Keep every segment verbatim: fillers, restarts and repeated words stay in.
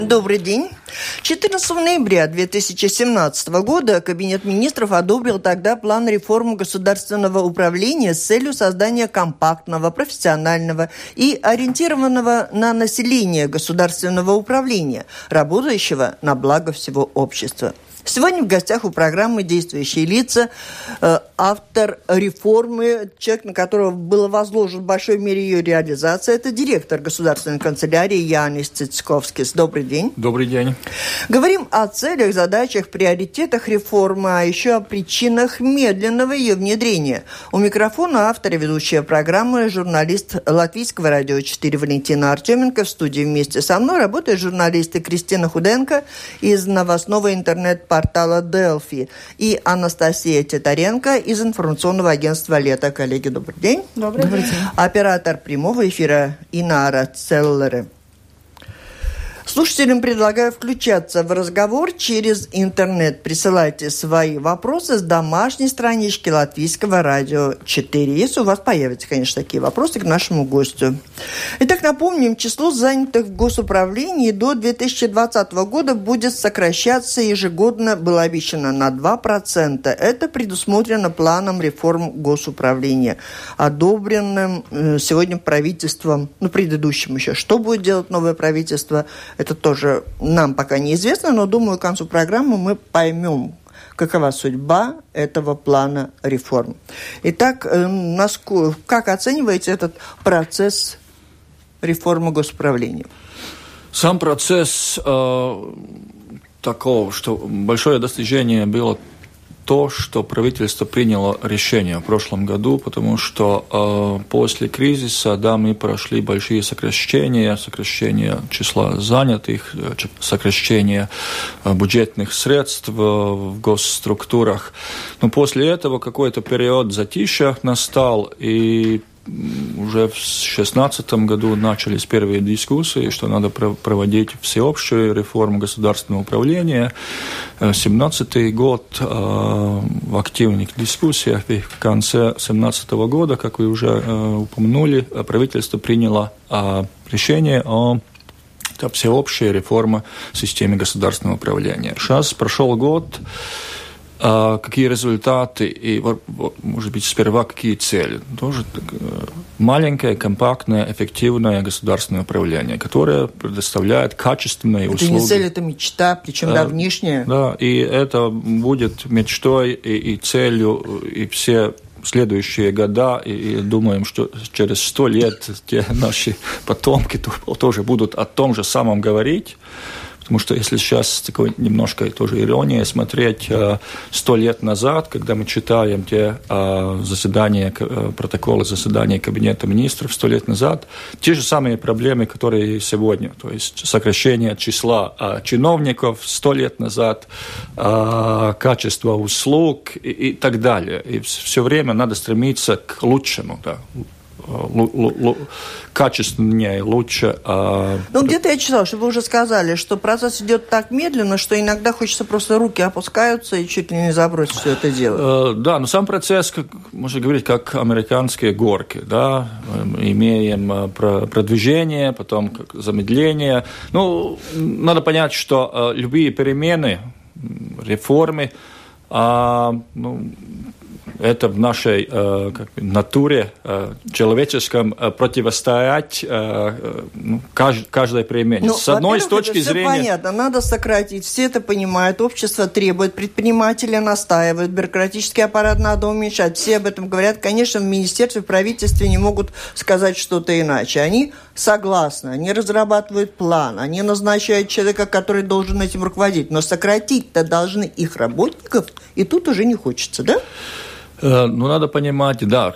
Добрый день. четырнадцатого ноября две тысячи семнадцатого года Кабинет министров одобрил тогда план реформы государственного управления с целью создания компактного, профессионального и ориентированного на население государственного управления, работающего на благо всего общества. Сегодня в гостях у программы «Действующие лица» э, автор реформы, человек, на которого было возложено в большой мере ее реализация, это директор государственной канцелярии Янис Цицковскис. Добрый день. Добрый день. Говорим о целях, задачах, приоритетах реформы, а еще о причинах медленного ее внедрения. У микрофона автор и ведущая программы, журналист Латвийского радио четыре Валентина Артеменко. В студии вместе со мной работают журналисты Кристина Худенко из новостного интернет портала Delphi и Анастасия Титаренко из информационного агентства «Лето». Коллеги, добрый день. Добрый, добрый день. Оператор прямого эфира Инара Целлере. Слушателям предлагаю включаться в разговор через интернет. Присылайте свои вопросы с домашней странички Латвийского радио четыре, если у вас появятся, конечно, такие вопросы к нашему гостю. Итак, напомним, число занятых в госуправлении до две тысячи двадцатого года будет сокращаться ежегодно, было обещано, на два процента. Это предусмотрено планом реформ госуправления, одобренным сегодня правительством, ну, предыдущим еще. Что будет делать новое правительство? Это тоже нам пока неизвестно, но, думаю, к концу программы мы поймем, какова судьба этого плана реформ. Итак, насколько, как оцениваете этот процесс реформы госуправления? Сам процесс э, такого, что большое достижение было то, что правительство приняло решение в прошлом году, потому что э, после кризиса, да, мы прошли большие сокращения, сокращение числа занятых, сокращение э, бюджетных средств э, в госструктурах. Но после этого какой-то период затишья настал, и уже в две тысячи шестнадцатом году начались первые дискуссии, что надо проводить всеобщую реформу государственного управления. две тысячи семнадцатый год э, в активных дискуссиях, и в конце две тысячи семнадцатого года, как вы уже э, упомянули, правительство приняло э, решение о всеобщей реформе системы государственного управления. Сейчас прошел год. А какие результаты и, может быть, сперва какие цели? Тоже маленькое, компактное, эффективное государственное управление, которое предоставляет качественные услуги. Это не цель, это мечта, причем да, внешняя. Да, и это будет мечтой и, и целью, и все следующие года, и, и думаем, что через сто лет те наши потомки тоже будут о том же самом говорить. Потому что если сейчас такой немножко тоже ирония смотреть сто лет назад, когда мы читаем те заседания, протоколы заседаний Кабинета министров сто лет назад, те же самые проблемы, которые сегодня. То есть сокращение числа чиновников сто лет назад, качество услуг и, и так далее. И все время надо стремиться к лучшему, да. Л- л- л- качественнее, лучше. А... Ну, где-то я читала, что вы уже сказали, что процесс идет так медленно, что иногда хочется просто руки опускаются и чуть ли не забросить все это дело. Э, да, но сам процесс, как, можно говорить, как американские горки, да, мы имеем продвижение, потом как замедление. Ну, надо понять, что любые перемены, реформы, а, ну, это в нашей э, как бы, натуре э, человеческом э, противостоять э, ну, кажд, каждой перемене. Ну, с одной с точки это зрения... все понятно, надо сократить, все это понимают, общество требует, предприниматели настаивают, бюрократический аппарат надо уменьшать, все об этом говорят. Конечно, в министерстве, в правительстве не могут сказать что-то иначе. Они согласны, они разрабатывают план, они назначают человека, который должен этим руководить, но сократить-то должны их работников, и тут уже не хочется, да? Ну, надо понимать, да,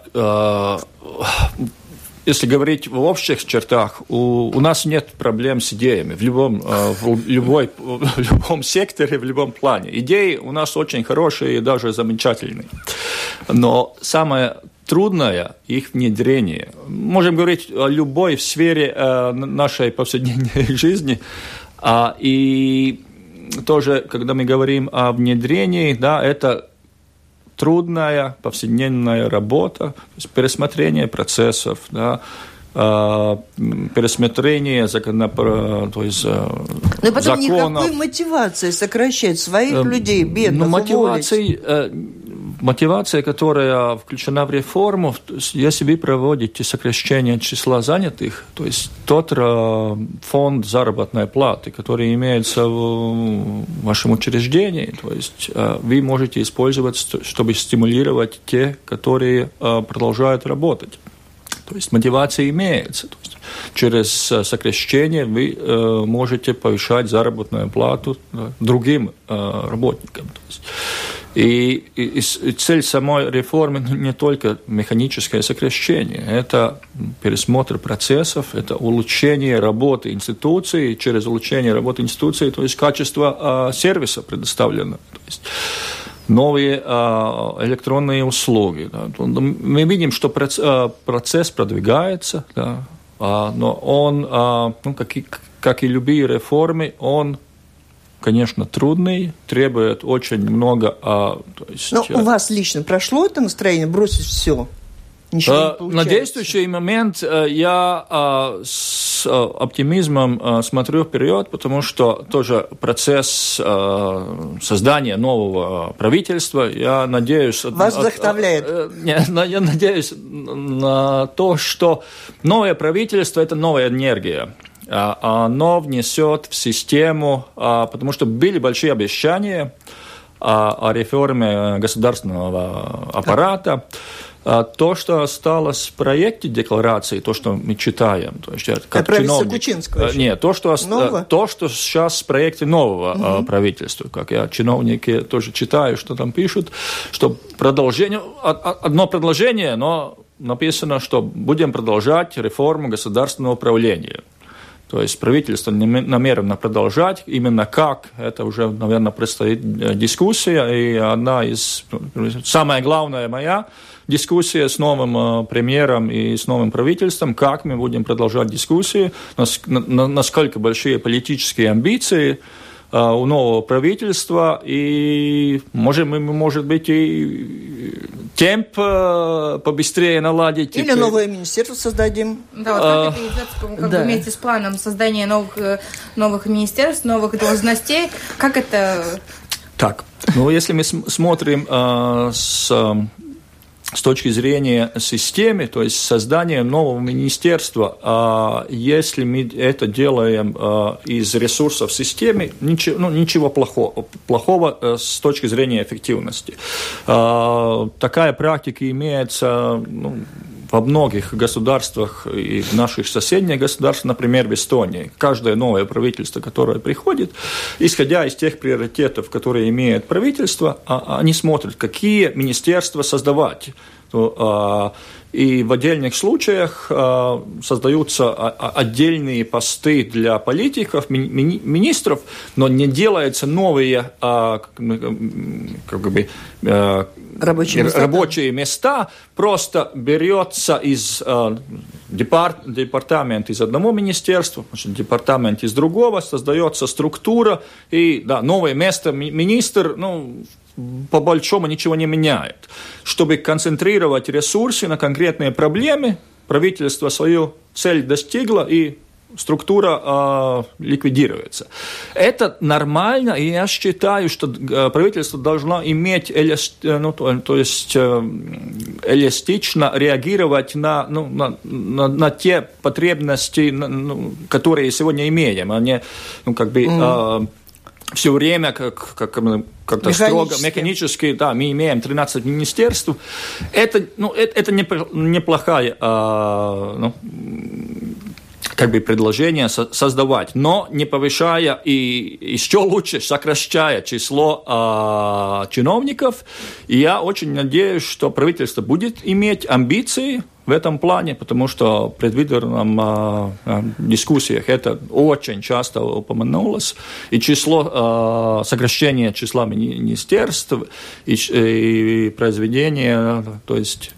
если говорить в общих чертах, у, у нас нет проблем с идеями в любом, в, любой, в любом секторе, в любом плане. Идеи у нас очень хорошие и даже замечательные. Но самое трудное их внедрение. Можем говорить о любой в сфере нашей повседневной жизни. И тоже, когда мы говорим о внедрении, да, это трудная повседневная работа, то есть пересмотрение процессов, да, пересмотрение закона, то есть, Но потом законов. Никакой мотивации сокращать своих людей, бедных, ну, мотивация, мотивация, которая включена в реформу, если вы проводите сокращение числа занятых, то есть тот фонд заработной платы, который имеется в вашем учреждении, то есть вы можете использовать, чтобы стимулировать те, которые продолжают работать. То есть мотивация имеется. То есть через сокращение вы э, можете повышать заработную плату э, другим э, работникам. То есть, и, и, и цель самой реформы не только механическое сокращение, это пересмотр процессов, это улучшение работы институции, через улучшение работы институции, то есть качество э, сервиса предоставленного. То есть, новые а, электронные услуги. Да. Мы видим, что процесс продвигается, да, а, но он, а, ну, как, и, как и любые реформы, он, конечно, трудный, требует очень много... А, то есть, но у вас лично прошло это настроение бросить все? А, на действующий момент я а, с оптимизмом а, смотрю вперед, потому что тоже процесс а, создания нового правительства, я надеюсь... Вас вдохновляет? От, от, от, я надеюсь на то, что новое правительство – это новая энергия. Оно внесет в систему, потому что были большие обещания о реформе государственного аппарата. То, что осталось в проекте декларации, то, что мы читаем, то есть как чиновник, Кучинского еще? Нет, то, что, то, что сейчас в проекте нового угу. правительства, как я чиновники тоже читаю, что там пишут, что продолжение, одно предложение, но написано, что будем продолжать реформу государственного управления. То есть правительство намерено продолжать. Именно как, это уже, наверное, предстоит дискуссия. И одна из, самая главная моя дискуссия с новым премьером и с новым правительством, как мы будем продолжать дискуссии, насколько большие политические амбиции у нового правительства, и можем мы, может быть, и темп побыстрее наладить. Или новое министерство создадим. Да, вот как это идет как да. бы вместе с планом создания новых, новых министерств, новых должностей, как это... Так, ну если мы смотрим э, с... С точки зрения системы, то есть создание нового министерства, если мы это делаем из ресурсов системы, ничего, ну, ничего плохого, плохого с точки зрения эффективности. Такая практика имеется, ну, во многих государствах и в наших соседних государствах, например, в Эстонии. Каждое новое правительство, которое приходит, исходя из тех приоритетов, которые имеет правительство, они смотрят, какие министерства создавать. И в отдельных случаях создаются отдельные посты для политиков, ми- министров, но не делаются новые как бы, рабочие места, рабочие места, просто берется из департ, департамент из одного министерства, департамент из другого, создается структура, и да, новое место министр, ну, по большому ничего не меняет. Чтобы концентрировать ресурсы на конкретные проблемы, правительство свою цель достигло, и структура э, ликвидируется. Это нормально, и я считаю, что э, правительство должно иметь эласт... ну, то, то есть э, эластично реагировать на, ну, на, на, на те потребности, на, ну, которые сегодня имеем, а не, ну, как бы... Э, все время, как, как, как-то строго, механически, да, мы имеем тринадцать министерств. Это, ну, это, это неплохое а, ну, как бы предложение создавать, но не повышая и еще лучше сокращая число а, чиновников. И я очень надеюсь, что правительство будет иметь амбиции в этом плане, потому что в предвыборных э, дискуссиях это очень часто упомянулось, и число, э, сокращение числа министерств, и, и произведение, то есть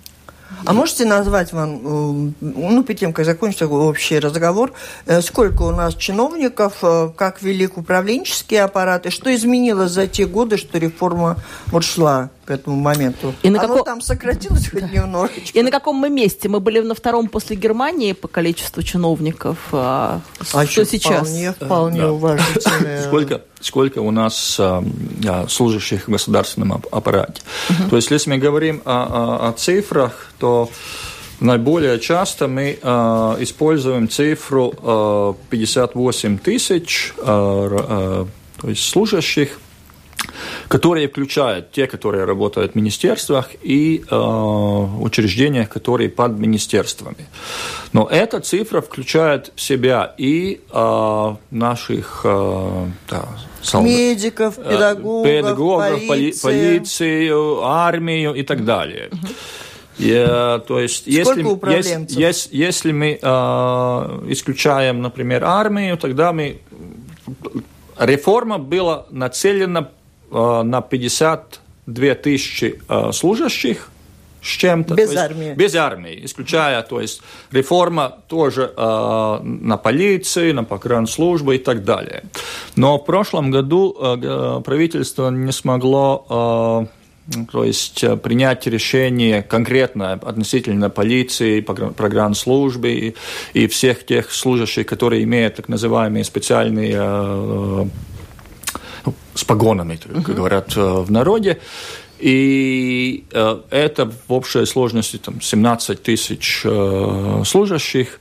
А можете назвать вам, ну, перед тем, как закончить такой общий разговор, сколько у нас чиновников, как велик управленческий аппарат, и что изменилось за те годы, что реформа вот шла к этому моменту? И на Оно каком... там сократилось хоть немножечко. И на каком мы месте? Мы были на втором после Германии по количеству чиновников. А, а что сейчас? Вполне, вполне да. уважительное. Сколько, сколько у нас а, служащих в государственном аппарате? Uh-huh. То есть, если мы говорим о, о, о цифрах, то наиболее часто мы э, используем цифру э, пятьдесят восемь тысяч э, э, то есть служащих, которые включают те, которые работают в министерствах и э, учреждениях, которые под министерствами. Но эта цифра включает в себя и э, наших э, да, солдат, медиков, педагогов, педагогов полицию. полицию, армию и так далее. Yeah, то есть, если, если, если, если мы э, исключаем, например, армию, тогда мы... реформа была нацелена э, на пятьдесят две тысячи э, служащих с чем-то. Без есть, армии. Без армии, исключая, то есть, реформа тоже э, на полиции, на погранслужбу и так далее. Но в прошлом году э, правительство не смогло... Э, то есть принять решение конкретно относительно полиции, погранслужбы и, и всех тех служащих, которые имеют так называемые специальные э, ну, с погонами, как uh-huh. говорят в народе. И э, это в общей сложности там, семнадцать тысяч э, служащих.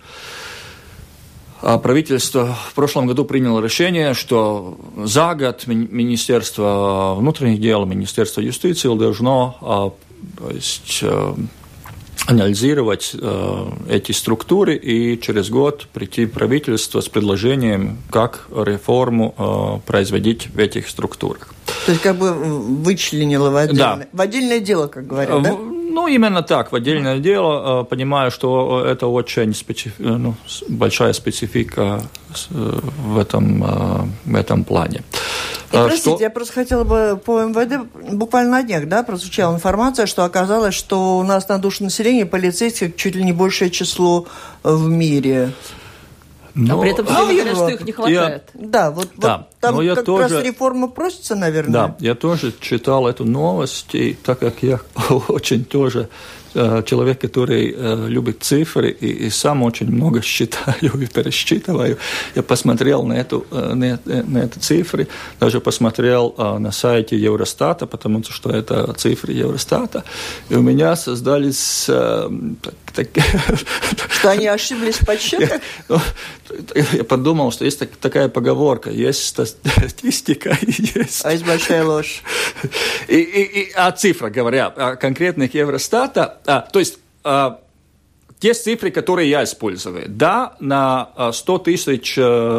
А правительство в прошлом году приняло решение, что за год Министерство внутренних дел, Министерство юстиции должно то есть, анализировать эти структуры и через год прийти в правительство с предложением, как реформу производить в этих структурах. То есть как бы вычленило в отдельное, да. в отдельное дело, как говорят, да? Ну, именно так, в отдельное дело, понимаю, что это очень специфи... ну, большая специфика в этом, в этом плане. И, простите, что... я просто хотела бы по эм вэ дэ, буквально на днях, да, прозвучала информация, что оказалось, что у нас на душу населения полицейских чуть ли не большее число в мире. Но, а при этом все а, говорят, что их не хватает. Я, да, вот, да, вот там как тоже, раз реформа просится, наверное. Да, я тоже читал эту новость, и так как я очень тоже э, человек, который э, любит цифры, и, и сам очень много считаю и пересчитываю, я посмотрел на, эту, э, на, на эти цифры, даже посмотрел э, на сайте Евростата, потому что это цифры Евростата, и у меня создались... Э, так, так, что они ошиблись в подсчетах? Я подумал, что есть такая поговорка, есть статистика и есть... А есть большая ложь. И, и, и, а цифра, говоря о конкретных Евростата, а, то есть а, те цифры, которые я использую, да, на сто тысяч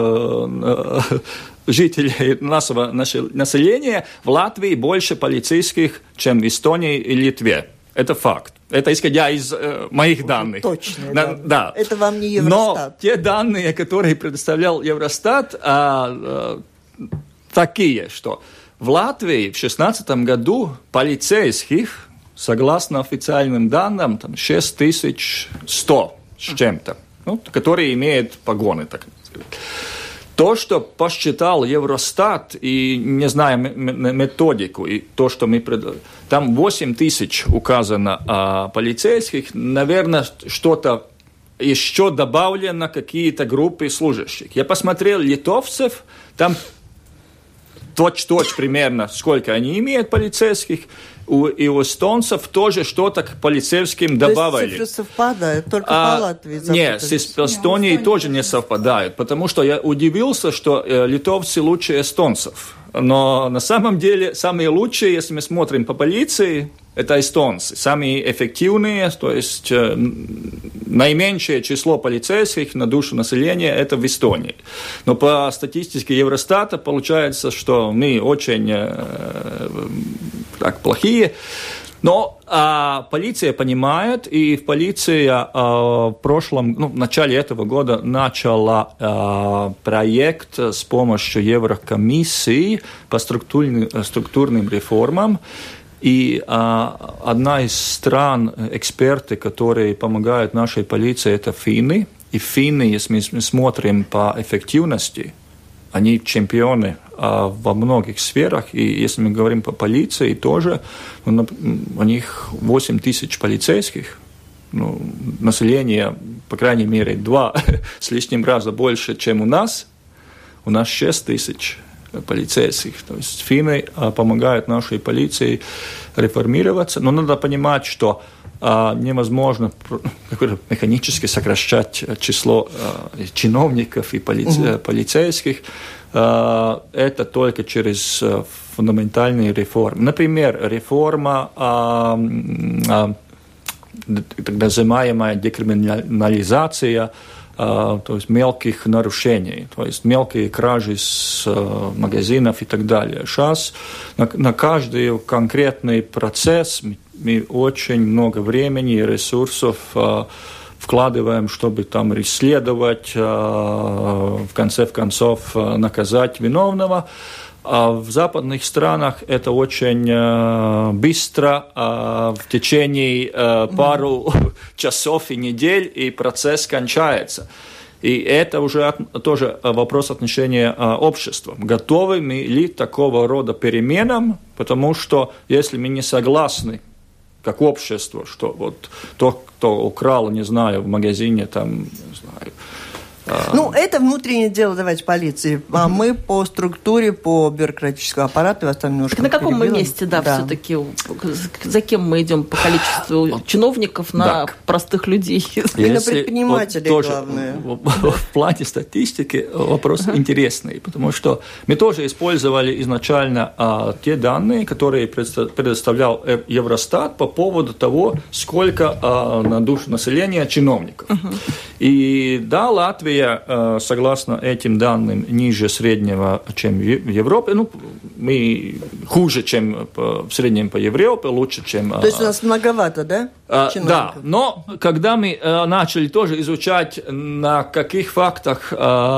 а, жителей нашего населения в Латвии больше полицейских, чем в Эстонии и Литве. Это факт. Это исходя из э, моих данных. Точно, да, да. да. Это вам не Евростат. Но те данные, которые предоставлял Евростат, а, а, такие, что в Латвии в две тысячи шестнадцатом году полицейских, согласно официальным данным, там шесть тысяч сто с чем-то, ну, которые имеют погоны, так сказать. То, что посчитал Евростат, и не знаю методику, и то, что мы... Пред... Там восемь тысяч указано а, полицейских, наверное, что-то еще добавлено, какие-то группы служащих. Я посмотрел литовцев, там точь-точь примерно, сколько они имеют полицейских, у, и у эстонцев тоже что-то к полицейским добавили. То есть цифры совпадают, только а, по Латвии запутались. Нет, с Эстонией тоже не совпадают, потому что я удивился, что э, литовцы лучше эстонцев. Но на самом деле самые лучшие, если мы смотрим по полиции, это эстонцы. Самые эффективные, то есть э, наименьшее число полицейских на душу населения – это в Эстонии. Но по статистике Евростата получается, что мы очень э, так, плохие. Но а, полиция понимает, и в полиции а, в прошлом, ну, в начале этого года начала а, проект с помощью Еврокомиссии по структурным, структурным реформам. И а, одна из стран, эксперты, которые помогают нашей полиции, это финны. И финны, если мы смотрим по эффективности, они чемпионы а, во многих сферах. И если мы говорим по полиции, тоже ну, у них восемь тысяч полицейских. Ну, население, по крайней мере, два с лишним раза больше, чем у нас. У нас шесть тысяч полицейских. То есть финны а, помогают нашей полиции реформироваться. Но надо понимать, что а, невозможно механически сокращать число а, чиновников и полице, mm-hmm. полицейских. А, это только через а, фундаментальные реформы. Например, реформа а, а, так называемая декриминализация, то есть мелких нарушений, то есть мелкие кражи с магазинов и так далее. Сейчас на, на каждый конкретный процесс мы очень много времени и ресурсов вкладываем, чтобы там расследовать, в конце концов наказать виновного. А в западных странах это очень э, быстро, э, в течение э, пару mm-hmm. часов и недель, и процесс кончается. И это уже от, тоже вопрос отношения э, общества. Готовы мы ли такого рода переменам? Потому что если мы не согласны, как общество, что вот тот, кто украл, не знаю, в магазине, там, не знаю, Ну, это внутреннее дело, давайте, полиции. А мы по структуре, по бюрократическому аппарату, вас там немножко так на каком перебила. мы месте, да, да. все-таки? За кем мы идем по количеству чиновников на да. простых людей? И на предпринимателей, вот, главное. В, в плане статистики вопрос uh-huh. интересный, потому что мы тоже использовали изначально а, те данные, которые предоставлял Евростат по поводу того, сколько а, на душу населения чиновников. Uh-huh. И да, Латвия, согласно этим данным, ниже среднего, чем в Европе. Ну, мы хуже, чем в среднем по Европе, лучше, чем... То есть у нас многовато, да? Чиновников? Да, но когда мы начали тоже изучать, на каких фактах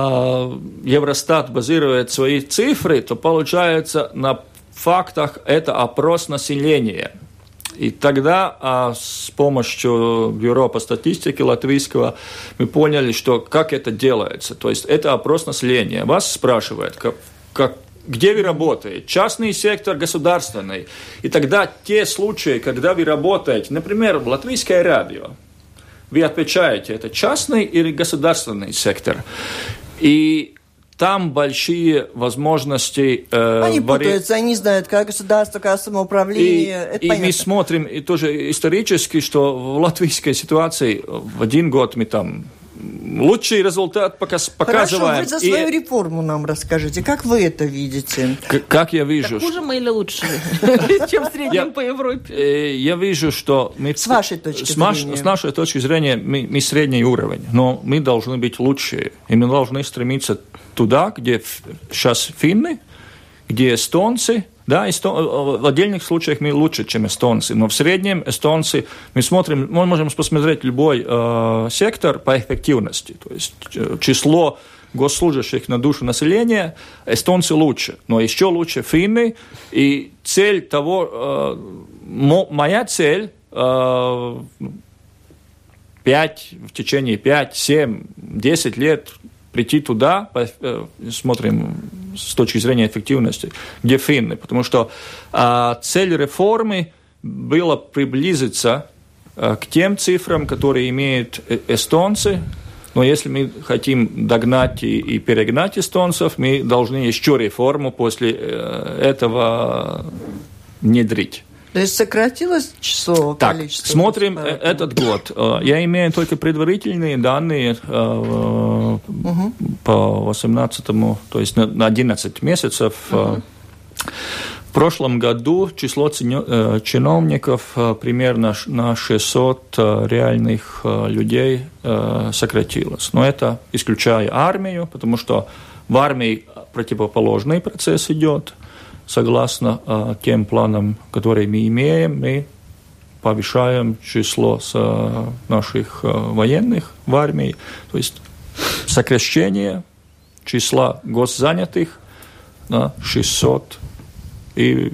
Евростат базирует свои цифры, то получается, на фактах это опрос населения. И тогда а, с помощью Бюро по статистике латвийского мы поняли, что как это делается. То есть это опрос населения. Вас спрашивают, как, как, где вы работаете, частный сектор, государственный. И тогда те случаи, когда вы работаете, например, в Латвийское радио, вы отвечаете, это частный или государственный сектор. И там большие возможности... Э, они вари... путаются, они знают, как государство, как самоуправление. И, и мы смотрим и тоже исторически, что в латвийской ситуации в один год мы там лучший результат показ, показываем. Хорошо, вы за свою и... реформу нам расскажите. Как вы это видите? К- как я вижу... Так хуже мы или лучше, чем в среднем по Европе? Я вижу, что... мы С вашей точки зрения. С нашей точки зрения мы средний уровень, но мы должны быть лучшие. И мы должны стремиться туда, где сейчас финны, где эстонцы. Да, эстон... в отдельных случаях мы лучше, чем эстонцы, но в среднем эстонцы, мы смотрим, мы можем посмотреть любой э, сектор по эффективности, то есть э, число госслужащих на душу населения, эстонцы лучше, но еще лучше финны, и цель того, э, мо, моя цель, э, пять, в течение пять, семь, десять лет прийти туда, смотрим с точки зрения эффективности, где финны. Потому что а, цель реформы была приблизиться а, к тем цифрам, которые имеют эстонцы. Но если мы хотим догнать и, и перегнать эстонцев, мы должны еще реформу после э, этого внедрить. То есть сократилось число, так, количество? Смотрим паспортов. Этот год. Я имею только предварительные данные угу. по восемнадцатому, то есть на одиннадцать месяцев. Угу. В прошлом году число чиновников примерно на шестьсот реальных людей сократилось. Но это исключая армию, потому что в армии противоположный процесс идет. Согласно э, тем планам, которые мы имеем, мы повышаем число с, э, наших э, военных в армии. То есть сокращение числа госзанятых на шестьсот. И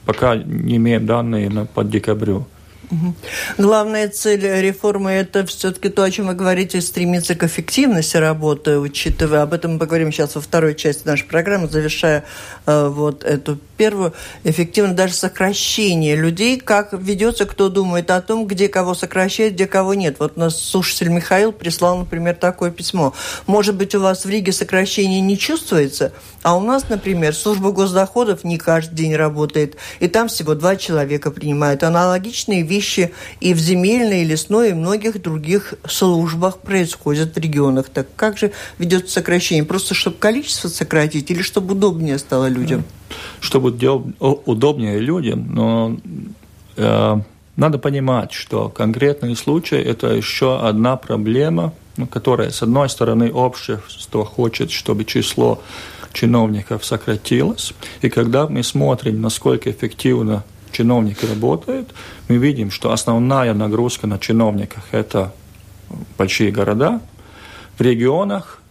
пока не имеем данные по декабрю. Угу. Главная цель реформы – это все-таки то, о чем вы говорите, стремиться к эффективности работы, учитывая, об этом мы поговорим сейчас во второй части нашей программы, завершая э, вот эту первую, эффективно даже сокращение людей, как ведется, кто думает о том, где кого сокращать, где кого нет. Вот у нас слушатель Михаил прислал, например, такое письмо. Может быть, у вас в Риге сокращение не чувствуется, а у нас, например, служба госдоходов не каждый день работает, и там всего два человека принимают. Аналогичные вещи и в земельной, и лесной, и многих других службах происходят в регионах. Так как же ведется сокращение? Просто чтобы количество сократить или чтобы удобнее стало людям? Чтобы делать удобнее людям, но э, надо понимать, что конкретный случай – это еще одна проблема, которая, с одной стороны, общество хочет, чтобы число чиновников сократилось, и когда мы смотрим, насколько эффективно чиновники работают, мы видим, что основная нагрузка на чиновниках – это большие города, в регионах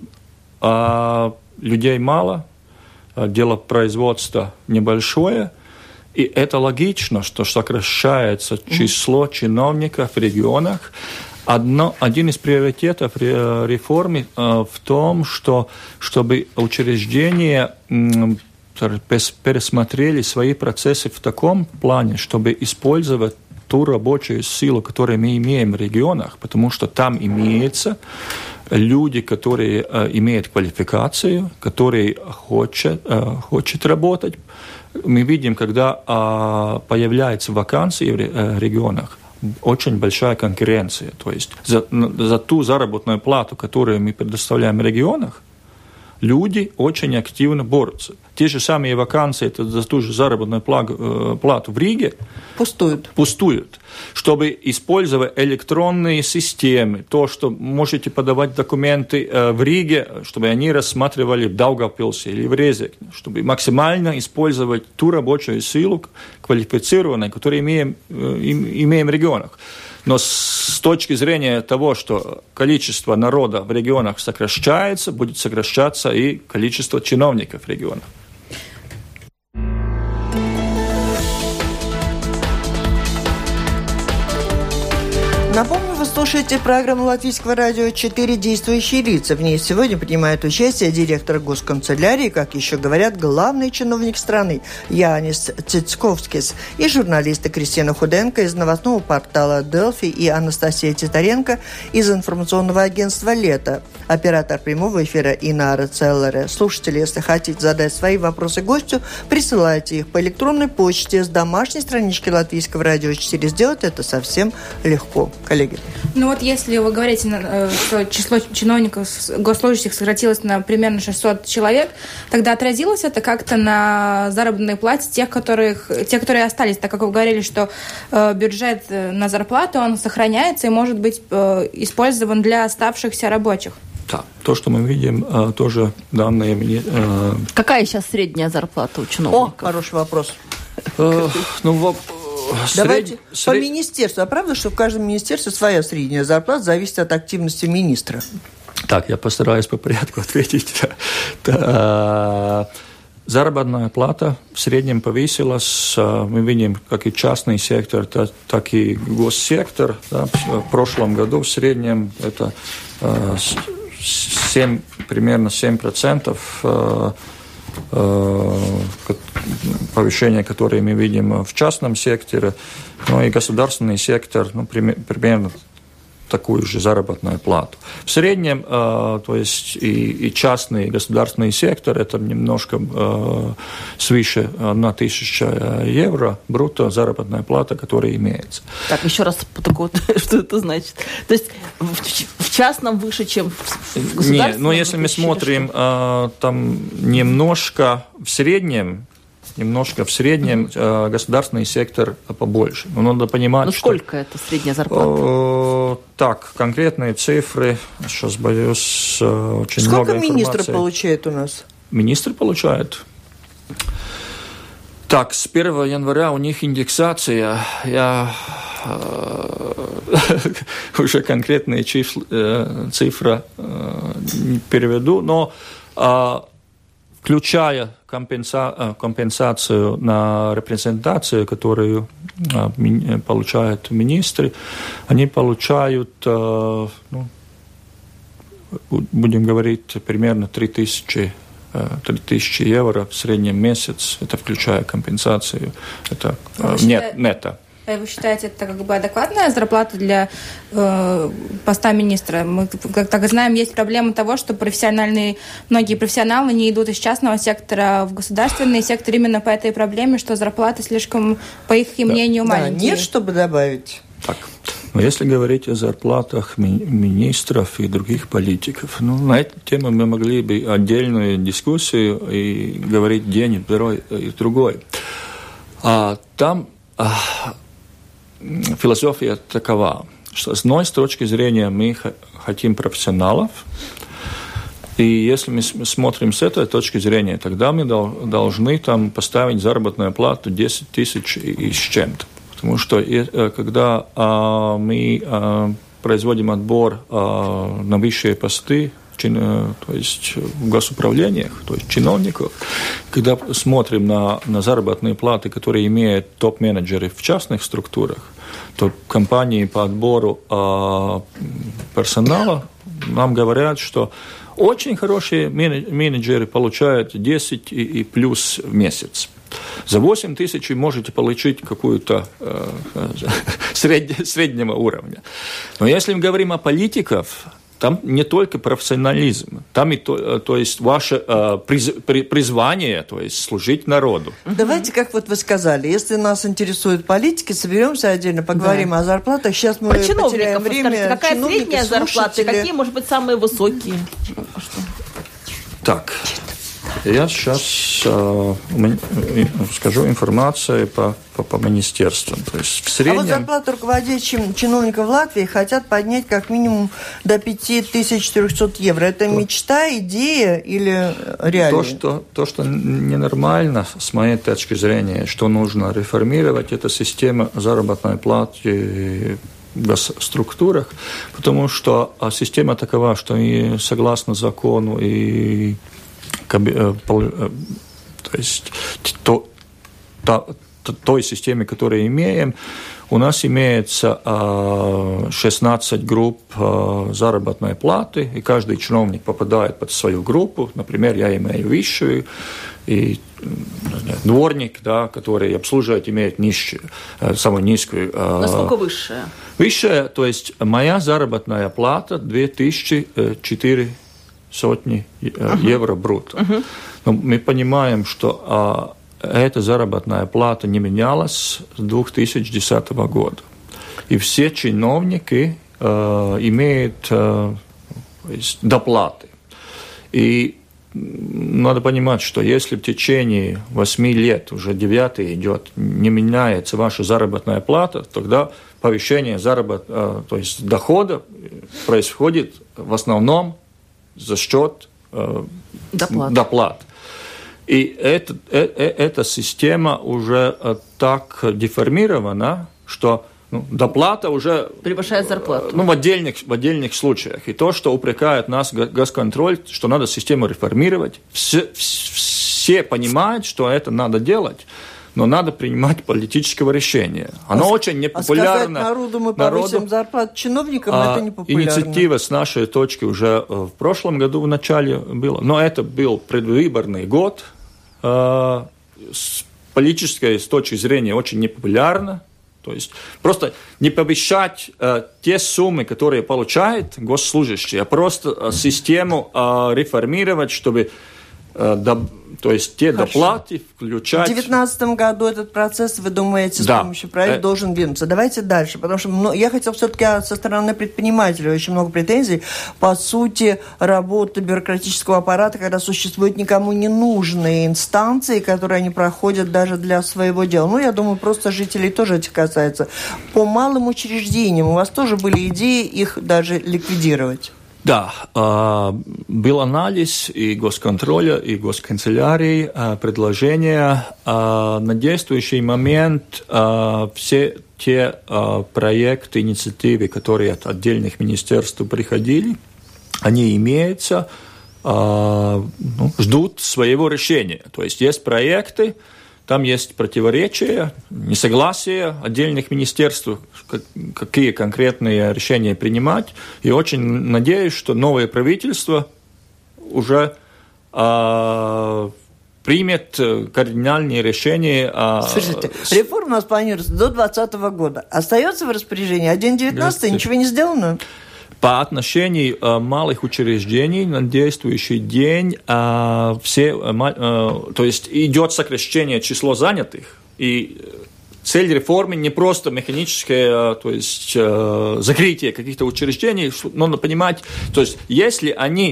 а людей мало, дело производства небольшое, и это логично, что сокращается число чиновников в регионах. Одно, один из приоритетов реформы э, в том, что чтобы учреждения м, пересмотрели свои процессы в таком плане, чтобы использовать ту рабочую силу, которую мы имеем в регионах, потому что там имеются люди, которые э, имеют квалификацию, которые хотят, э, хотят работать. Мы видим, когда э, появляются вакансии в э, регионах, очень большая конкуренция. То есть за, за ту заработную плату, которую мы предоставляем в регионах, люди очень активно борются. Те же самые вакансии это за ту же заработную плату в Риге пустуют. пустуют. Чтобы использовать электронные системы, то, что можете подавать документы в Риге, чтобы они рассматривали в Даугавпилсе или в Резекне, чтобы максимально использовать ту рабочую силу квалифицированную, которую имеем, имеем в регионах. Но с точки зрения того, что количество народа в регионах сокращается, будет сокращаться и количество чиновников в регионах. Напомню, вы слушаете программу Латвийского радио «Четыре действующие лица». В ней сегодня принимает участие директор госканцелярии, как еще говорят, главный чиновник страны Янис Цицковскис и журналисты Кристина Худенко из новостного портала «Делфи» и Анастасия Титаренко из информационного агентства «Лето». Оператор прямого эфира Инара Целлере. Слушатели, если хотите задать свои вопросы гостю, присылайте их по электронной почте с домашней странички Латвийского радио четыре. Сделать это совсем легко. Коллеги. Ну вот если вы говорите, что число чиновников, госслужащих сократилось на примерно шестьсот человек, тогда отразилось это как-то на заработной плате тех, которых, тех, которые остались, так как вы говорили, что бюджет на зарплату, он сохраняется и может быть использован для оставшихся рабочих? Да, то, что мы видим, тоже данные... Какая сейчас средняя зарплата у чиновников? О, хороший вопрос. Ну, Давайте Сред... по министерству. А правда, что в каждом министерстве своя средняя зарплата зависит от активности министра? Так, я постараюсь по порядку ответить. Заработная плата в среднем повысилась. Мы видим, как и частный сектор, так и госсектор. Да, в прошлом году в среднем это семь, примерно семь процентов повышение, которое мы видим в частном секторе, ну и государственный сектор, ну, примерно такую же заработную плату. В среднем, э, то есть и, и частный, и государственный сектор, это немножко э, свыше на тысячу евро брутто заработная плата, которая имеется. Так, еще раз, так вот, что это значит? То есть в, в частном выше, чем в государственном? Нет, но если мы смотрим, э, там немножко в среднем, Немножко в среднем mm-hmm. э, государственный сектор побольше. Но надо понимать, ну, что... сколько это средняя зарплата? Э, так, конкретные цифры. Сейчас боюсь, э, очень сколько много информации. Сколько министр получает у нас? Министр получает. Так, с первого января у них индексация. Я э, уже конкретные числа, э, цифры э, не переведу, но э, включая компенса, компенсацию на репрезентацию, которую получают министры, они получают, ну, будем говорить, примерно три тысячи евро в среднем месяц, это включая компенсацию, это а нет, считаете, нетто. Вы считаете, это как бы адекватная зарплата для э, поста министра? Мы, как так знаем, есть проблема того, что профессиональные, многие профессионалы не идут из частного сектора в государственный сектор именно по этой проблеме, что зарплаты слишком, по их да. мнению, маленькие. Да, нет, чтобы добавить. Так. Но если говорить о зарплатах ми- министров и других политиков, ну, на эту тему мы могли бы отдельную дискуссию и говорить день и другой. И другой. А там а, философия такова, что с одной точки зрения мы х- хотим профессионалов, и если мы смотрим с этой точки зрения, тогда мы дол- должны там поставить заработную плату десять тысяч и с чем-то. Потому что когда а, мы а, производим отбор а, на высшие посты, чин, то есть в госуправлениях, то есть чиновников, когда смотрим на, на заработные платы, которые имеют топ-менеджеры в частных структурах, то компании по отбору а, персонала нам говорят, что очень хорошие менеджеры получают десять и, и плюс в месяц. За восемь тысяч вы можете получить какую-то э, сред, среднего уровня. Но если мы говорим о политиках, там не только профессионализм, там и то, то есть ваше э, приз, при, призвание, то есть служить народу. Давайте, как вот вы сказали, если нас интересуют политики, соберемся отдельно, поговорим да. о зарплатах. Сейчас мы потеряем время. Скажите, какая средняя зарплата, какие, может быть, самые высокие? Так. Я сейчас э, скажу информацию по, по, по министерствам. То есть в среднем... А вот зарплату руководящим чиновников Латвии хотят поднять как минимум до пять тысяч четыреста евро. Это то, мечта, идея или реальность? То что, то, что ненормально, с моей точки зрения, что нужно реформировать, это система заработной платы в госструктурах, потому что система такова, что и согласно закону и то есть то, то, той системе, которую имеем, у нас имеется шестнадцать групп заработной платы, и каждый чиновник попадает под свою группу. Например, я имею высшую, и дворник, да, который обслуживает, имеет низкую, самую низкую. Насколько высшая? Высшая, то есть моя заработная плата две тысячи четыре сотни uh-huh. евро брутто. Uh-huh. Но мы понимаем, что а, эта заработная плата не менялась с две тысячи десятого года. И все чиновники а, имеют а, доплаты. И надо понимать, что если в течение восьми лет, уже девятый идет, не меняется ваша заработная плата, тогда повышение заработ... а, то есть дохода происходит в основном за счет э, доплат. доплат. И это, э, э, эта система уже э, так деформирована, что ну, доплата уже превышает зарплату. Ну, в отдельных, в отдельных случаях. И то, что упрекает нас госконтроль, что надо систему реформировать, все, все понимают, что это надо делать. Но надо принимать политического решения. Оно а очень непопулярно. А сказать народу мы повысим народу, зарплату чиновникам, а, это непопулярно. Инициатива с нашей точки уже в прошлом году в начале была. Но это был предвыборный год. С политической с точки зрения очень непопулярно. То есть просто не повышать те суммы, которые получают госслужащие, а просто систему реформировать, чтобы... То есть те Хорошо. доплаты включать... В две тысячи девятнадцатом году этот процесс, вы думаете, с да. помощью правительства э... должен двинуться. Давайте дальше, потому что ну, я хотела все-таки со стороны предпринимателей очень много претензий. По сути, работа бюрократического аппарата, когда существуют никому не нужные инстанции, которые они проходят даже для своего дела. Ну, я думаю, просто жителей тоже это касается. По малым учреждениям у вас тоже были идеи их даже ликвидировать? Да, был анализ и госконтроля, и госканцелярии, предложения. На действующий момент все те проекты, инициативы, которые от отдельных министерств приходили, они имеются, ну, ждут своего решения. То есть есть проекты, там есть противоречия, несогласия отдельных министерств, какие конкретные решения принимать. И очень надеюсь, что новое правительство уже а, примет кардинальные решения. А, Слушайте, с... реформа у нас планируется до двадцатого года. Остается в распоряжении один девятнадцатый, ничего не сделано? По отношению э, малых учреждений на действующий день э, все, э, э, то есть идет сокращение числа занятых, и цель реформы не просто механическое, то есть э, закрытие каких-то учреждений, но надо понимать, то есть если они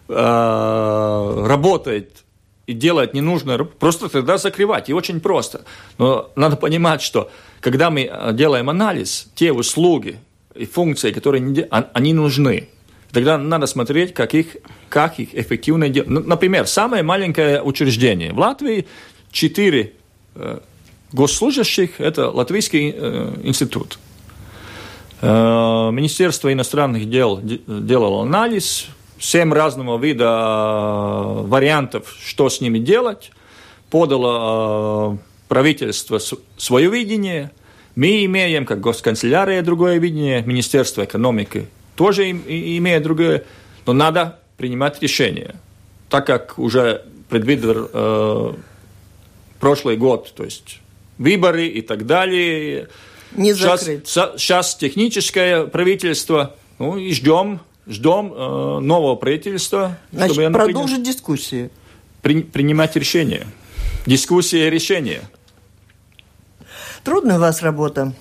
э, работают и делают ненужное, просто тогда закрывать, и очень просто. Но надо понимать, что когда мы делаем анализ, те услуги и функции, которые не, они нужны. Тогда надо смотреть, как их, как их эффективно делать. Например, самое маленькое учреждение. В Латвии четыре э, госслужащих – это Латвийский э, институт. Э, Министерство иностранных дел делало анализ, семь разного вида э, вариантов, что с ними делать, подало э, правительство свое видение. Мы имеем, как госканцелярия, другое видение, Министерство экономики тоже им, и, имеет другое, но надо принимать решения. Так как уже предвидел э, прошлый год, то есть выборы и так далее. Не сейчас, закрыть. Сейчас техническое правительство, ну и ждем, ждем э, нового правительства. Значит, чтобы продолжить приня... дискуссии. При, принимать решения. Дискуссия и решения. Трудная у вас работа.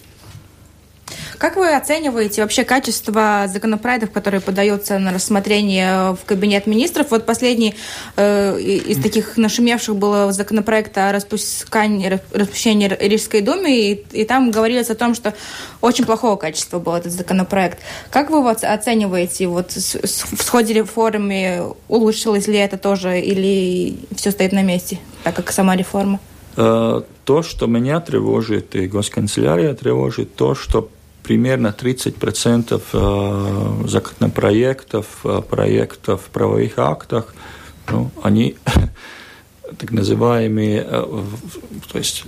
Как вы оцениваете вообще качество законопроектов, которые подаются на рассмотрение в Кабинет министров? Вот последний э, из таких нашумевших был законопроект о распускании, распущении Рижской думы, и, и там говорилось о том, что очень плохого качества был этот законопроект. Как вы вот оцениваете, вот в ходе реформы улучшилось ли это тоже, или все стоит на месте, так как сама реформа? То, что меня тревожит, и госканцелярия тревожит, то, что примерно тридцать процентов законопроектов, проектов в правовых актах, ну, они так называемые, то есть,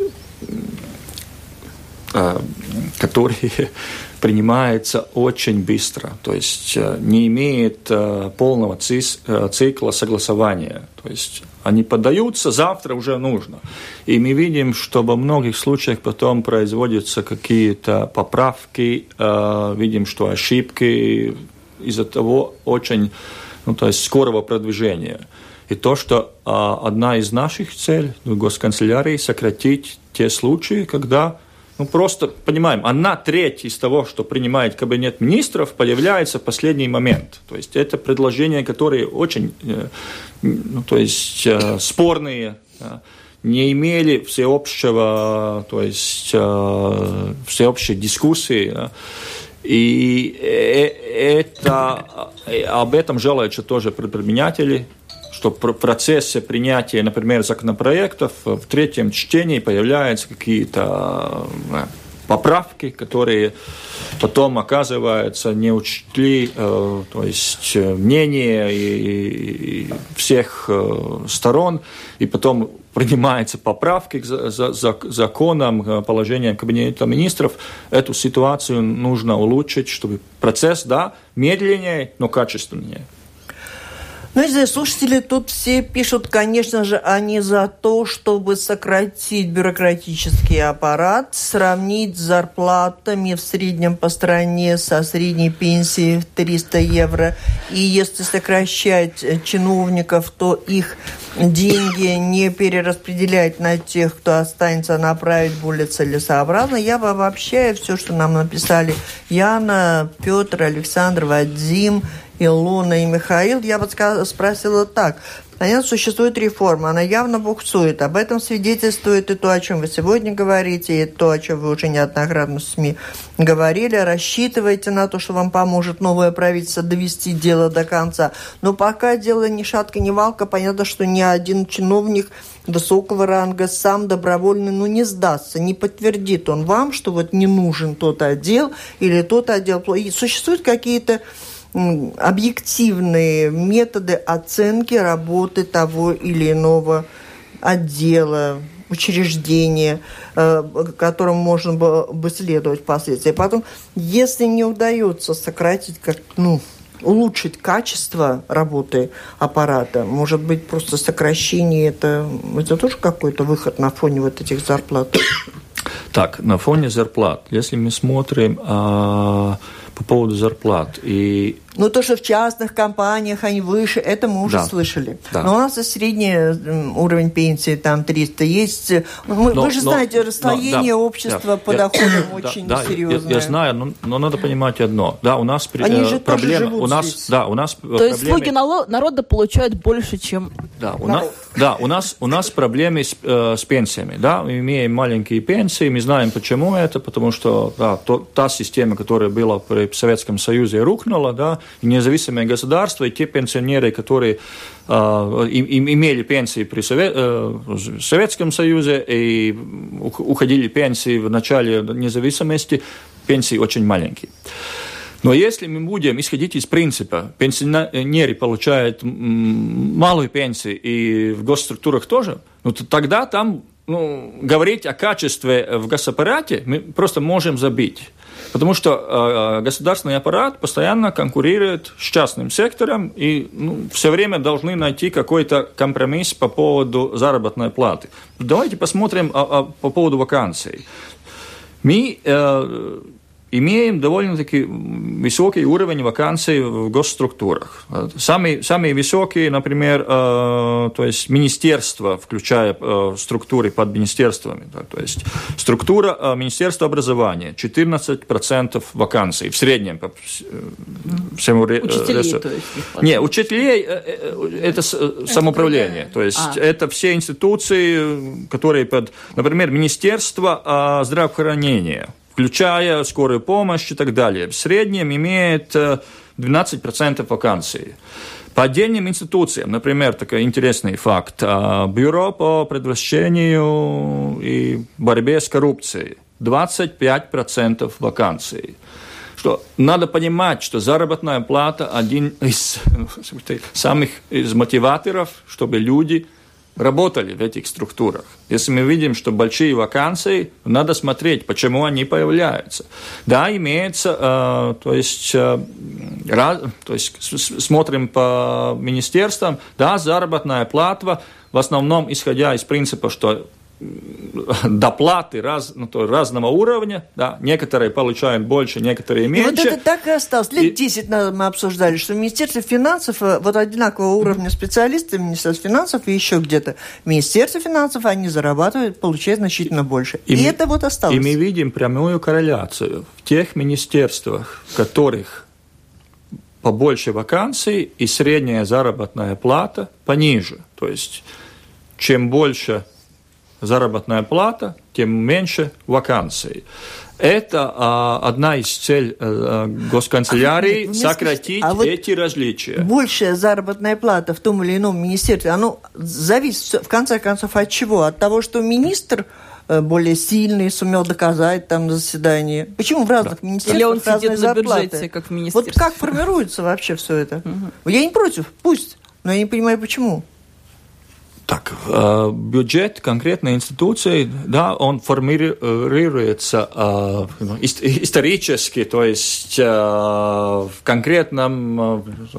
которые принимаются очень быстро, то есть не имеет полного цикла согласования, то есть они подаются, завтра уже нужно. И мы видим, что во многих случаях потом производятся какие-то поправки, э, видим, что ошибки из-за того очень, ну, то есть скорого продвижения. И то, что э, одна из наших целей в госканцелярии сократить те случаи, когда, ну, просто, понимаем, одна треть из того, что принимает Кабинет министров, появляется в последний момент. То есть это предложения, которые очень, э, ну, то есть э, спорные, э, не имели всеобщего, то есть э, всеобщей дискуссии. Э, и это, об этом жалуются тоже предприниматели, что в процессе принятия, например, законопроектов в третьем чтении появляются какие-то поправки, которые потом, оказывается, не учли, э, то есть мнение и, и всех э, сторон, и потом принимаются поправки к за, за, за, законам, положениям Кабинета министров. Эту ситуацию нужно улучшить, чтобы процесс, да, медленнее, но качественнее. Ну, не знаю, слушатели тут все пишут, конечно же, они за то, чтобы сократить бюрократический аппарат, сравнить с зарплатами в среднем по стране со средней пенсией в триста евро. И если сокращать чиновников, то их деньги не перераспределять на тех, кто останется, направить более целесообразно. Я бы обобщаю все, что нам написали Яна, Петр, Александр, Вадим, Илона и Михаил, я бы спросила так. Понятно, существует реформа, она явно буксует. Об этом свидетельствует и то, о чем вы сегодня говорите, и то, о чем вы уже неоднократно в СМИ говорили. Рассчитывайте на то, что вам поможет новое правительство довести дело до конца. Но пока дело ни шатка, ни валка, понятно, что ни один чиновник высокого ранга сам добровольно, ну, не сдастся, не подтвердит он вам, что вот не нужен тот отдел или тот отдел. И существуют какие-то объективные методы оценки работы того или иного отдела, учреждения, которым можно было бы следовать впоследствии. Потом, если не удается сократить, как, ну, улучшить качество работы аппарата, может быть, просто сокращение, это, это тоже какой-то выход на фоне вот этих зарплат? Так, на фоне зарплат, если мы смотрим а, по поводу зарплат и... Ну, то, что в частных компаниях они выше, это мы уже да. слышали. Да. Но у нас и средний уровень пенсии там триста есть. Мы, но, вы же но, знаете, расслоение но, да, общества да, по я, доходам да, очень да, серьезное. Я, я знаю, но, но надо понимать одно. Да, у нас они же проблема... тоже у нас, здесь. да, у нас То проблемы... есть слуги народа получают больше, чем да, у нас, да, у нас, у нас проблемы с, э, с пенсиями. Да? Мы имеем маленькие пенсии, мы знаем, почему это, потому что да, то, та система, которая была при Советском Союзе, рухнула, да, и независимые государства, и те пенсионеры, которые э, им, имели пенсии при Совет, э, Советском Союзе и уходили пенсии в начале независимости, пенсии очень маленькие. Но если мы будем исходить из принципа, пенсионеры получают малую пенсию и в госструктурах тоже, ну, то тогда там ну, говорить о качестве в госаппарате мы просто можем забить. Потому что э, государственный аппарат постоянно конкурирует с частным сектором и ну, все время должны найти какой-то компромисс по поводу заработной платы. Давайте посмотрим а, а, по поводу вакансий. Мы э, имеем довольно-таки высокий уровень вакансий в госструктурах. Самые, самые высокие, например, э, то есть министерства, включая э, структуры под министерствами. Да, то есть структура э, Министерства образования, четырнадцать процентов вакансий в среднем. По всему учителей, ре- то есть? Не, учителей э, – это самоуправление. То есть а. это все институции, которые под, например, Министерство э, здравоохранения, включая скорую помощь и так далее. В среднем имеет двенадцать процентов вакансий. По отдельным институциям, например, такой интересный факт, Бюро по предотвращению и борьбе с коррупцией, двадцать пять процентов вакансий. Что надо понимать, что заработная плата – один из самых из мотиваторов, чтобы люди работали в этих структурах. Если мы видим, что большие вакансии, надо смотреть, почему они появляются. Да, имеется, э, то есть, э, раз, то есть с- смотрим по министерствам, да, заработная плата, в основном исходя из принципа, что доплаты раз, ну, то, разного уровня, да, некоторые получают больше, некоторые меньше. И вот это так и осталось. Лет и... десять назад мы обсуждали, что в Министерстве финансов вот одинакового уровня специалисты, Министерство финансов и еще где-то в Министерстве финансов они зарабатывают, получают значительно больше. И, и мы, это вот осталось. И мы видим прямую корреляцию в тех министерствах, в которых побольше вакансий и средняя заработная плата пониже. То есть чем больше заработная плата, тем меньше вакансий. Это а, одна из целей а, госканцелярии – а, сократить а вот эти различия. Большая заработная плата в том или ином министерстве, оно зависит, в конце концов, от чего? От того, что министр более сильный, сумел доказать там на заседании. Почему в разных да. министерствах или он разные сидит зарплаты? На бюджете, как в министерстве. Вот как формируется вообще все это? Угу. Я не против, пусть, но я не понимаю, почему. Так, э, бюджет конкретной институции, да, он формируется э, исторически, то есть э, в конкретном э,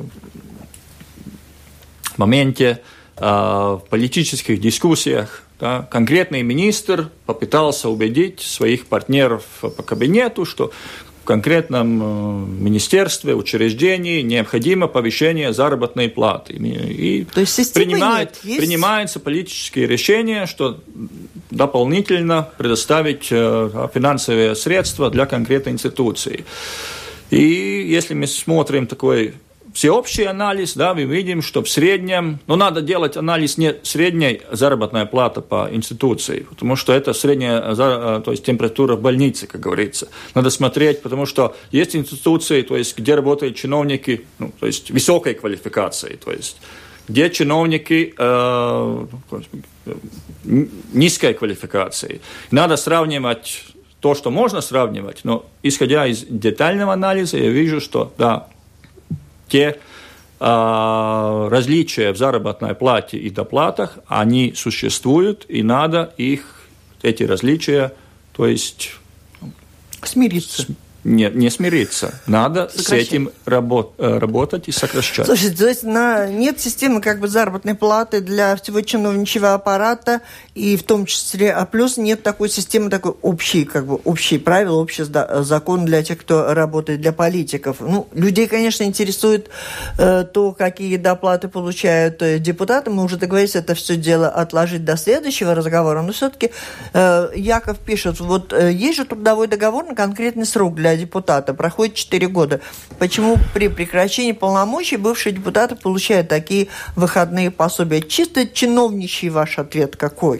моменте, э, в политических дискуссиях. Да, конкретный министр попытался убедить своих партнеров по кабинету, что в конкретном министерстве, учреждении необходимо повышение заработной платы. И То есть принимает, нет, принимаются политические решения, что дополнительно предоставить финансовые средства для конкретной институции. И если мы смотрим такой всеобщий анализ, да, мы видим, что в среднем, но надо делать анализ не средней заработной платы по институции, потому что это средняя, то есть температура в больнице, как говорится. Надо смотреть, потому что есть институции, то есть где работают чиновники, ну, то есть высокой квалификации, то есть где чиновники э, низкой квалификации. Надо сравнивать то, что можно сравнивать, но исходя из детального анализа, я вижу, что да, те э, различия в заработной плате и доплатах, они существуют, и надо их, эти различия, то есть... Смириться. С, не, не смириться. Надо с этим работ, работать и сокращать. Слушайте, то есть на, нет системы как бы заработной платы для всего чиновничьего аппарата, и в том числе, а плюс нет такой системы, такой общей, как бы, общие правила, общий закон для тех, кто работает, для политиков. Ну, людей, конечно, интересует э, то, какие доплаты получают э, депутаты. Мы уже договорились это все дело отложить до следующего разговора, но все-таки э, Яков пишет, вот э, есть же трудовой договор на конкретный срок для депутата, проходит четыре года. Почему при прекращении полномочий бывшие депутаты получают такие выходные пособия? Чисто чиновничий ваш ответ какой?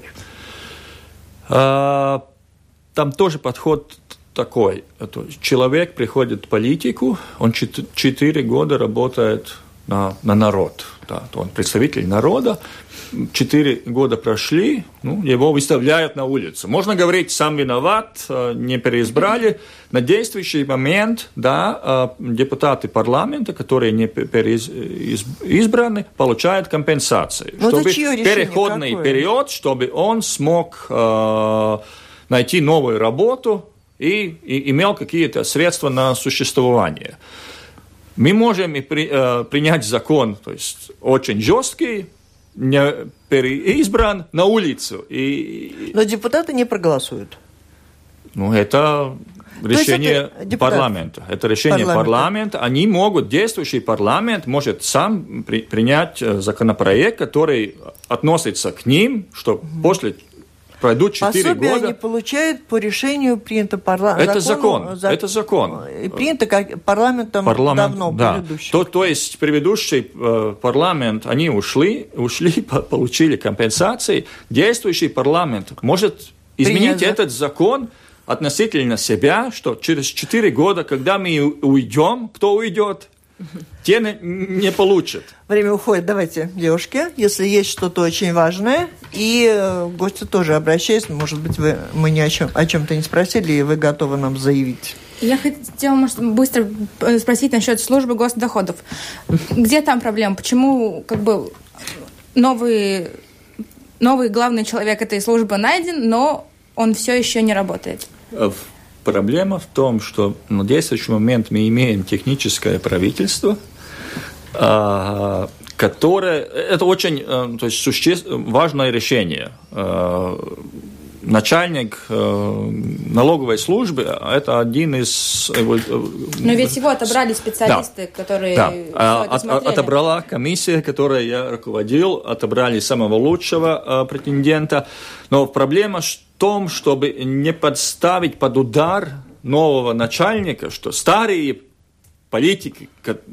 А, там тоже подход такой. Человек приходит в политику, он четыре года работает на, на народ. Да, он представитель народа. Четыре года прошли, ну, его выставляют на улицу. Можно говорить, сам виноват, не переизбрали. На действующий момент, да, депутаты парламента, которые не переизбраны, получают компенсацию. Но чтобы переходный какое? период, чтобы он смог э, найти новую работу и, и имел какие-то средства на существование. Мы можем и при, э, принять закон, то есть очень жесткий, не переизбран, на улицу. И... Но депутаты не проголосуют. Ну, это решение это парламента. Это решение парламента. парламента. Они могут, действующий парламент может сам при, принять законопроект, который относится к ним, что mm-hmm. после пройдут четыре года. Пособие они получают по решению, принято парламентом. Это закон. закон. Это закон. И принято как парламентом парламент, давно, да. предыдущий. То, то есть предыдущий э, парламент, они ушли, ушли, получили компенсации. Действующий парламент может изменить Принять, этот закон относительно себя, что через четыре года, когда мы уйдем, кто уйдет? Те не, не получат. Время уходит. Давайте, девушки, если есть что-то очень важное, и э, гости тоже обращаются, может быть, вы, мы ни о чем, о чем-то не спросили, и вы готовы нам заявить. Я хотела, может, быстро спросить насчет службы госдоходов. Где там проблема? Почему как бы новый, новый главный человек этой службы найден, но он все еще не работает? Проблема в том, что на действующий момент мы имеем техническое правительство, которое... Это очень то есть, суще... важное решение. Начальник налоговой службы – это один из... Но ведь его отобрали специалисты, да. которые... Да, От, отобрала комиссия, которой я руководил, отобрали самого лучшего претендента. Но проблема в том, чтобы не подставить под удар нового начальника, что старые политики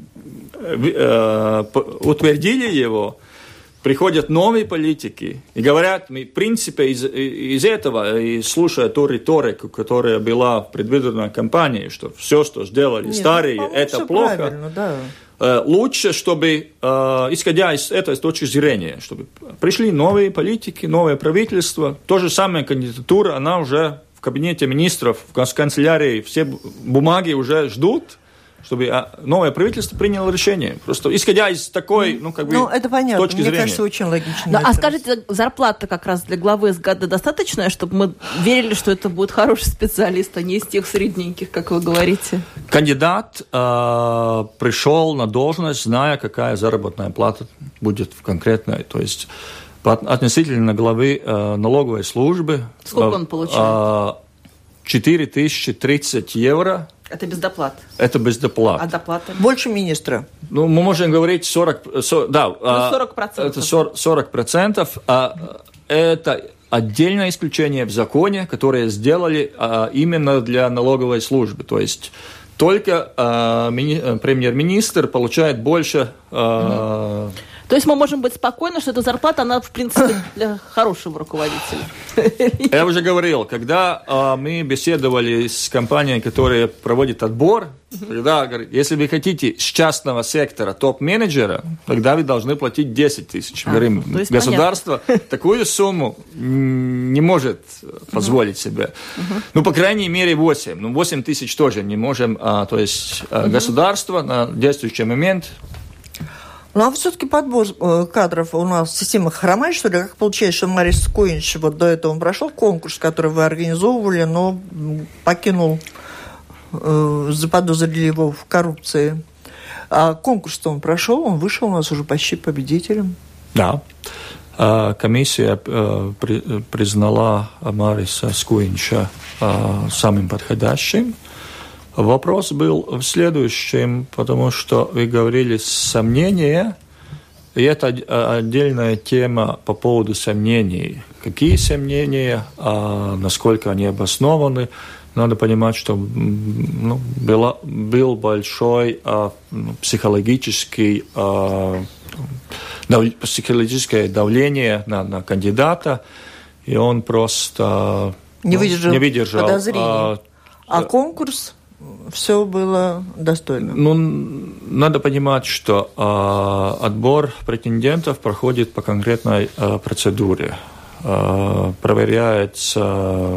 утвердили его, приходят новые политики и говорят, мы, в принципе, из, из этого, и слушая ту риторику, которая была в предвыборной кампании, что все, что сделали Нет, старые, ну, это плохо, да. лучше, чтобы, исходя из этой точки зрения, чтобы пришли новые политики, новое правительство, то же самое кандидатура, она уже в кабинете министров, в канцелярии, все бумаги уже ждут, чтобы новое правительство приняло решение. Просто исходя из такой, ну, как бы, ну, это понятно. точки Мне зрения. Мне кажется, очень логично. Ну, а скажите, зарплата как раз для главы СГАДа достаточная, чтобы мы верили, что это будет хороший специалист, а не из тех средненьких, как вы говорите? Кандидат э, пришел на должность, зная, какая заработная плата будет конкретной. То есть относительно главы э, налоговой службы... Сколько э, он получает? четыре тысячи тридцать евро. Это без доплат? Это без доплат. А доплаты? Больше министра. Ну, мы можем говорить сорок... сорок да, ну, сорок процентов. Это сорок процентов. А это отдельное исключение в законе, которое сделали а, именно для налоговой службы. То есть только а, мини, премьер-министр получает больше... А, То есть мы можем быть спокойны, что эта зарплата, она, в принципе, для хорошего руководителя. Я уже говорил, когда а, мы беседовали с компанией, которая проводит отбор, тогда, если вы хотите с частного сектора топ-менеджера, тогда вы должны платить десять тысяч. А, говорим, ну, государство понятно. Такую сумму не может позволить себе. Uh-huh. Ну, по крайней мере, восемь. Ну, восемь тысяч тоже не можем. А, то есть uh-huh. государство на действующий момент... Ну, а все-таки подбор кадров у нас система хромает, что ли? Как получается, что Марис Скуинч вот до этого прошел конкурс, который вы организовывали, но покинул, э, заподозрили его в коррупции. А конкурс-то он прошел, он вышел у нас уже почти победителем. Да. Комиссия признала Мариса Скуинча самым подходящим. Вопрос был в следующем, потому что вы говорили сомнения, и это отдельная тема по поводу сомнений. Какие сомнения, а насколько они обоснованы? Надо понимать, что ну, было, был большой а, психологический, а, дав, психологическое давление на, на кандидата, и он просто не выдержал, ну, не выдержал подозрений. А, а конкурс? Все было достойно. Ну, надо понимать, что э, отбор претендентов проходит по конкретной э, процедуре. Э, проверяются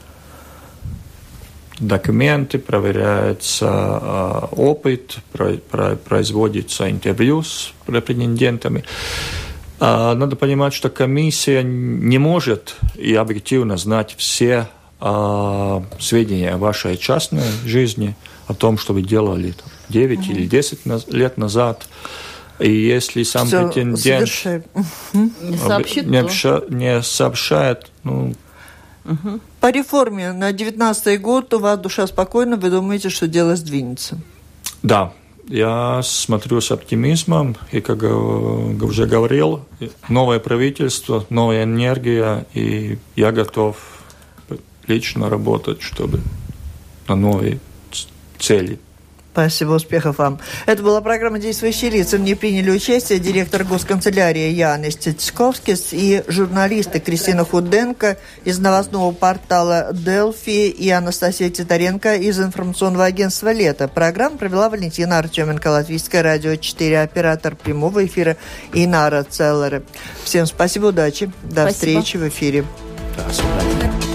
документы, проверяется э, опыт, про, про, производится интервью с претендентами. Э, надо понимать, что комиссия не может и объективно знать все А, сведения о вашей частной жизни, о том, что вы делали там, девять угу. или десять на, лет назад. И если сам Все претендент не сообщит, не, то... не сообщает... Ну... Угу. По реформе на девятнадцатый год у вас душа спокойна, вы думаете, что дело сдвинется? Да. Я смотрю с оптимизмом, и, как уже говорил, новое правительство, новая энергия, и я готов лично работать, чтобы на новые цели. Спасибо, успехов вам. Это была программа «Действующие лица». В ней приняли участие директор госканцелярии Янис Цицковскис и журналисты Кристина Худенко из новостного портала «Делфи» и Анастасия Титаренко из информационного агентства «Лето». Программу провела Валентина Артеменко, Латвийское радио четыре, оператор прямого эфира Инара Целлера. Всем спасибо, удачи. До спасибо. Встречи в эфире. До свидания.